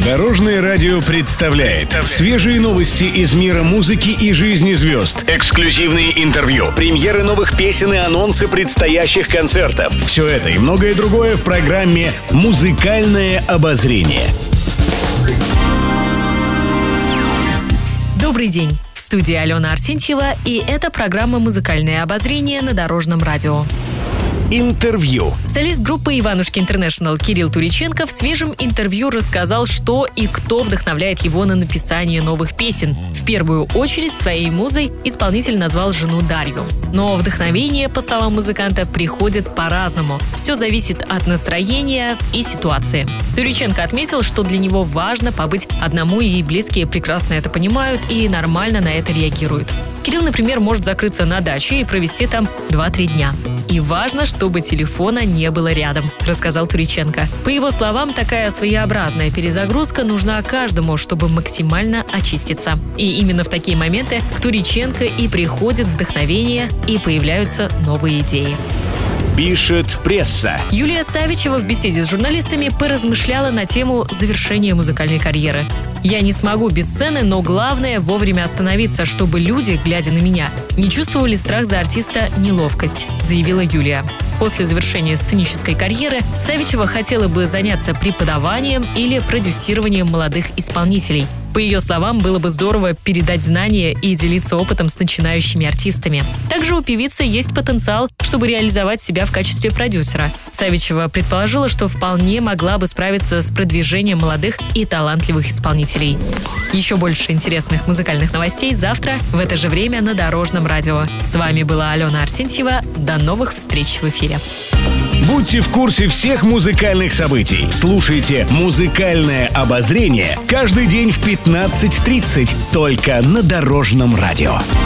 Дорожное радио представляет свежие новости из мира музыки и жизни звезд. Эксклюзивные интервью, премьеры новых песен и анонсы предстоящих концертов. Все это и многое другое в программе «Музыкальное обозрение». Добрый день! В студии Алена Арсентьева, и это программа «Музыкальное обозрение» на Дорожном радио. Интервью. Солист группы «Иванушки Интернешнл» Кирилл Туриченко в свежем интервью рассказал, что и кто вдохновляет его на написание новых песен. В первую очередь своей музой исполнитель назвал жену Дарью. Но вдохновение, по словам музыканта, приходит по-разному. Все зависит от настроения и ситуации. Туриченко отметил, что для него важно побыть одному, и близкие прекрасно это понимают и нормально на это реагируют. Кирилл, например, может закрыться на даче и провести там 2-3 дня. И важно, чтобы телефона не было рядом, рассказал Туриченко. По его словам, такая своеобразная перезагрузка нужна каждому, чтобы максимально очиститься. И именно в такие моменты к Туриченко и приходит вдохновение, и появляются новые идеи. Пишет пресса. Юлия Савичева в беседе с журналистами поразмышляла на тему завершения музыкальной карьеры. «Я не смогу без сцены, но главное вовремя остановиться, чтобы люди, глядя на меня, не чувствовали страх за артиста, неловкость», заявила Юлия. После завершения сценической карьеры Савичева хотела бы заняться преподаванием или продюсированием молодых исполнителей. По ее словам, было бы здорово передать знания и делиться опытом с начинающими артистами. Также у певицы есть потенциал, чтобы реализовать себя в качестве продюсера. Савичева предположила, что вполне могла бы справиться с продвижением молодых и талантливых исполнителей. Еще больше интересных музыкальных новостей завтра в это же время на Дорожном радио. С вами была Алена Арсентьева. До новых встреч в эфире. Будьте в курсе всех музыкальных событий. Слушайте «Музыкальное обозрение» каждый день в 15:30 только на Дорожном радио.